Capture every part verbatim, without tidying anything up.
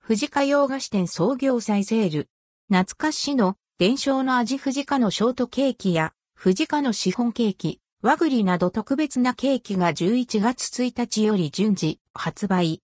藤家洋菓子店創業祭セール。懐かしの伝承の味藤家のショートケーキや藤家のシフォンケーキ、和栗など特別なケーキがじゅういちがつついたちより順次発売。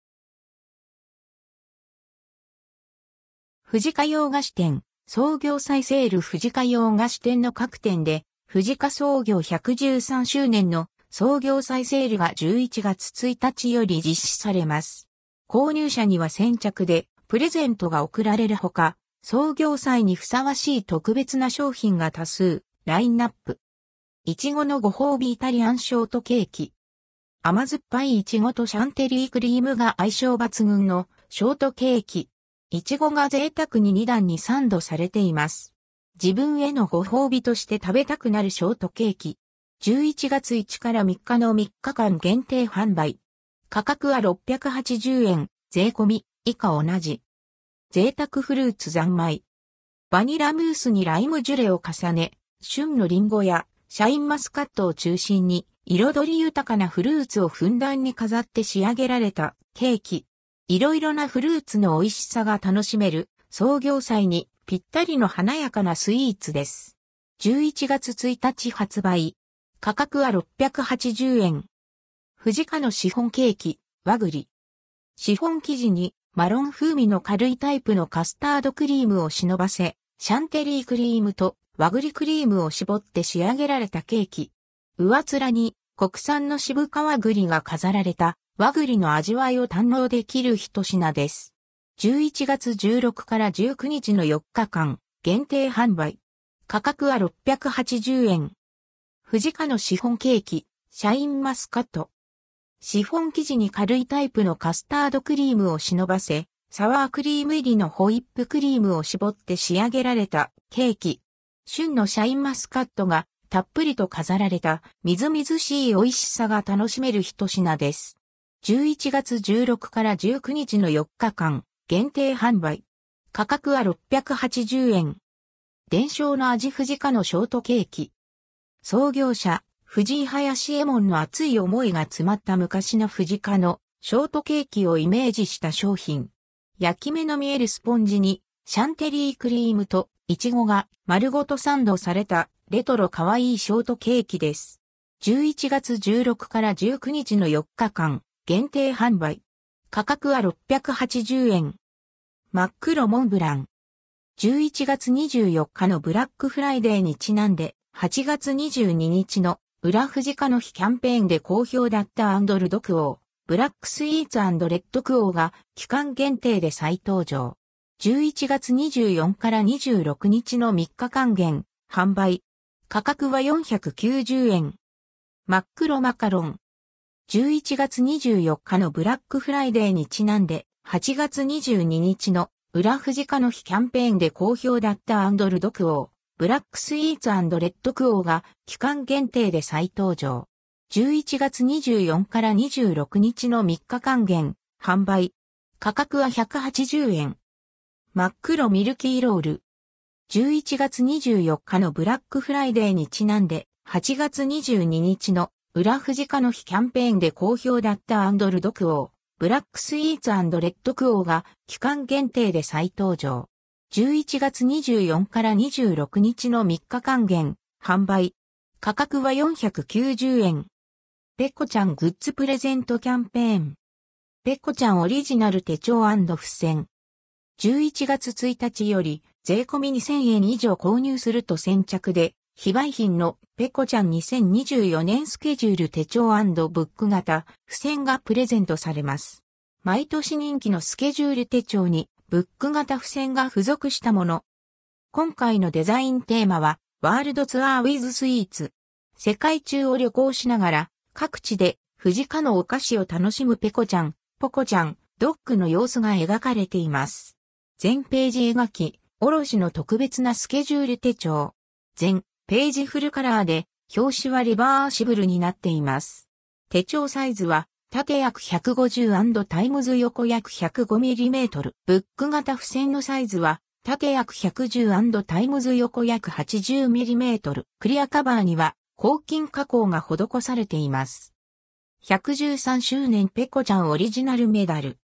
藤家洋菓子店創業祭セール藤家洋菓子店の各店で藤家創業ひゃくじゅうさんしゅうねんの創業祭セールがじゅういちがつついたちより実施されます。購入者には先着でプレゼントが贈られるほか、創業祭にふさわしい特別な商品が多数、ラインナップ。いちごのご褒美イタリアンショートケーキ。甘酸っぱいいちごとシャンテリークリームが相性抜群のショートケーキ。いちごが贅沢ににだんにサンドされています。自分へのご褒美として食べたくなるショートケーキ。じゅういちがつついたちからみっかのみっかかん限定販売。価格はろっぴゃくはちじゅうえん、税込み、以下同じ。贅沢フルーツ三昧。バニラムースにライムジュレを重ね、旬のリンゴやシャインマスカットを中心に、彩り豊かなフルーツをふんだんに飾って仕上げられたケーキ。いろいろなフルーツの美味しさが楽しめる創業祭にぴったりの華やかなスイーツです。じゅういちがつついたち発売。価格はろっぴゃくはちじゅうえん。藤家のシフォンケーキ、和栗。シフォン生地にマロン風味の軽いタイプのカスタードクリームを忍ばせ、シャンテリークリームと和栗クリームを絞って仕上げられたケーキ。上面に国産の渋皮栗が飾られた和栗の味わいを堪能できる一品です。じゅういちがつじゅうろくからじゅうくにちのよっかかん限定販売。価格はろっぴゃくはちじゅうえん。藤家のシフォンケーキ、シャインマスカット。シフォン生地に軽いタイプのカスタードクリームを忍ばせ、サワークリーム入りのホイップクリームを絞って仕上げられたケーキ。旬のシャインマスカットがたっぷりと飾られたみずみずしい美味しさが楽しめる一品です。じゅういちがつじゅうろくからじゅうくにちのよっかかん限定販売。価格はろっぴゃくはちじゅうえん。伝承の味藤家のショートケーキ。創業者、藤井林右衛門の熱い思いが詰まった昔の藤家のショートケーキをイメージした商品。焼き目の見えるスポンジにシャンテリークリームとイチゴが丸ごとサンドされたレトロかわいいショートケーキです。じゅういちがつじゅうろくからじゅうくにちのよっかかん限定販売。価格はろっぴゃくはちじゅうえん。真っ黒モンブラン。じゅういちがつにじゅうよっかのブラックフライデーにちなんではちがつにじゅうににちの裏藤家の日キャンペーンで好評だったアンドルドクオー、ブラックスイーツ&レッドクオーが期間限定で再登場。じゅういちがつにじゅうよっかからにじゅうろくにちのみっかかん限販売。価格はよんひゃくきゅうじゅうえん。真っ黒マカロン。じゅういちがつにじゅうよっかのブラックフライデーにちなんではちがつにじゅうににちの裏藤家の日キャンペーンで好評だったアンドルドクオー。ブラックスイーツ&レッドクオーが期間限定で再登場。じゅういちがつにじゅうよっかからにじゅうろくにちのみっかかん限販売。価格はひゃくはちじゅうえん。真っ黒ミルキーロール。じゅういちがつにじゅうよっかのブラックフライデーにちなんではちがつにじゅうににちの裏藤家の日キャンペーンで好評だったアンドルドクオー。ブラックスイーツ&レッドクオーが期間限定で再登場。じゅういちがつにじゅうよっかからにじゅうろくにちのみっかかん限販売。価格はよんひゃくきゅうじゅうえん。ペコちゃんグッズプレゼントキャンペーン。ペコちゃんオリジナル手帳&付箋。じゅういちがつついたちより税込みにせんえん以上購入すると先着で非売品のペコちゃんにせんにじゅうよねんスケジュール手帳&ブック型付箋がプレゼントされます。毎年人気のスケジュール手帳にブック型付箋が付属したもの。今回のデザインテーマは、ワールドツアーウィズスイーツ。世界中を旅行しながら、各地で藤家のお菓子を楽しむペコちゃん、ポコちゃん、ドッグの様子が描かれています。全ページ描き、おろしの特別なスケジュール手帳。全ページフルカラーで、表紙はリバーシブルになっています。手帳サイズは、縦約ひゃくごじゅうタイムズ横約 ひゃくごミリメートル。ブック型付箋のサイズは、縦約ひゃくじゅうタイムズ横約 はちじゅうミリメートル。クリアカバーには、抗菌加工が施されています。ひゃくじゅうさんしゅうねんペコちゃんオリジナルメダル。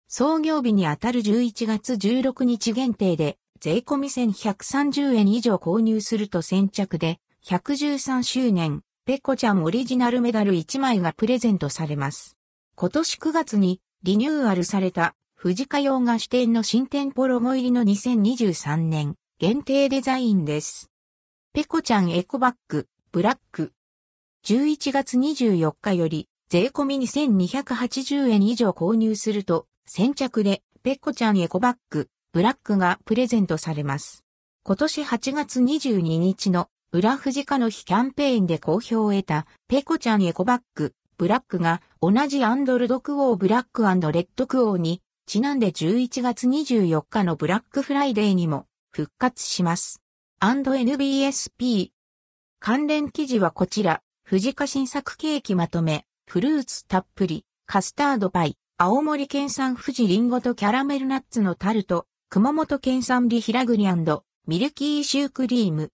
創業日にあたるじゅういちがつじゅうろくにち限定で、税込みせんひゃくさんじゅうえん以上購入すると先着で、ひゃくじゅうさんしゅうねん、ペコちゃんオリジナルメダルいちまいがプレゼントされます。今年くがつにリニューアルされた、藤家洋菓子店の新店舗ロゴ入りのにせんにじゅうさんねん限定デザインです。ペコちゃんエコバッグ、ブラック。じゅういちがつにじゅうよっかより、税込みにせんにひゃくはちじゅうえん以上購入すると、先着で、ペコちゃんエコバッグ、ブラックがプレゼントされます。今年はちがつにじゅうににちの、裏藤家の日キャンペーンで好評を得た、ペコちゃんエコバッグ、ブラックが、同じアンドルドクオーブラック&レッドクオーに、ちなんでじゅういちがつにじゅうよっかのブラックフライデーにも、復活します。アンドエヌビーエスピー。関連記事はこちら、藤家新作ケーキまとめ、フルーツたっぷり、カスタードパイ、青森県産富士リンゴとキャラメルナッツのタルト、熊本県産リヒラグリ&ミルキーシュークリーム。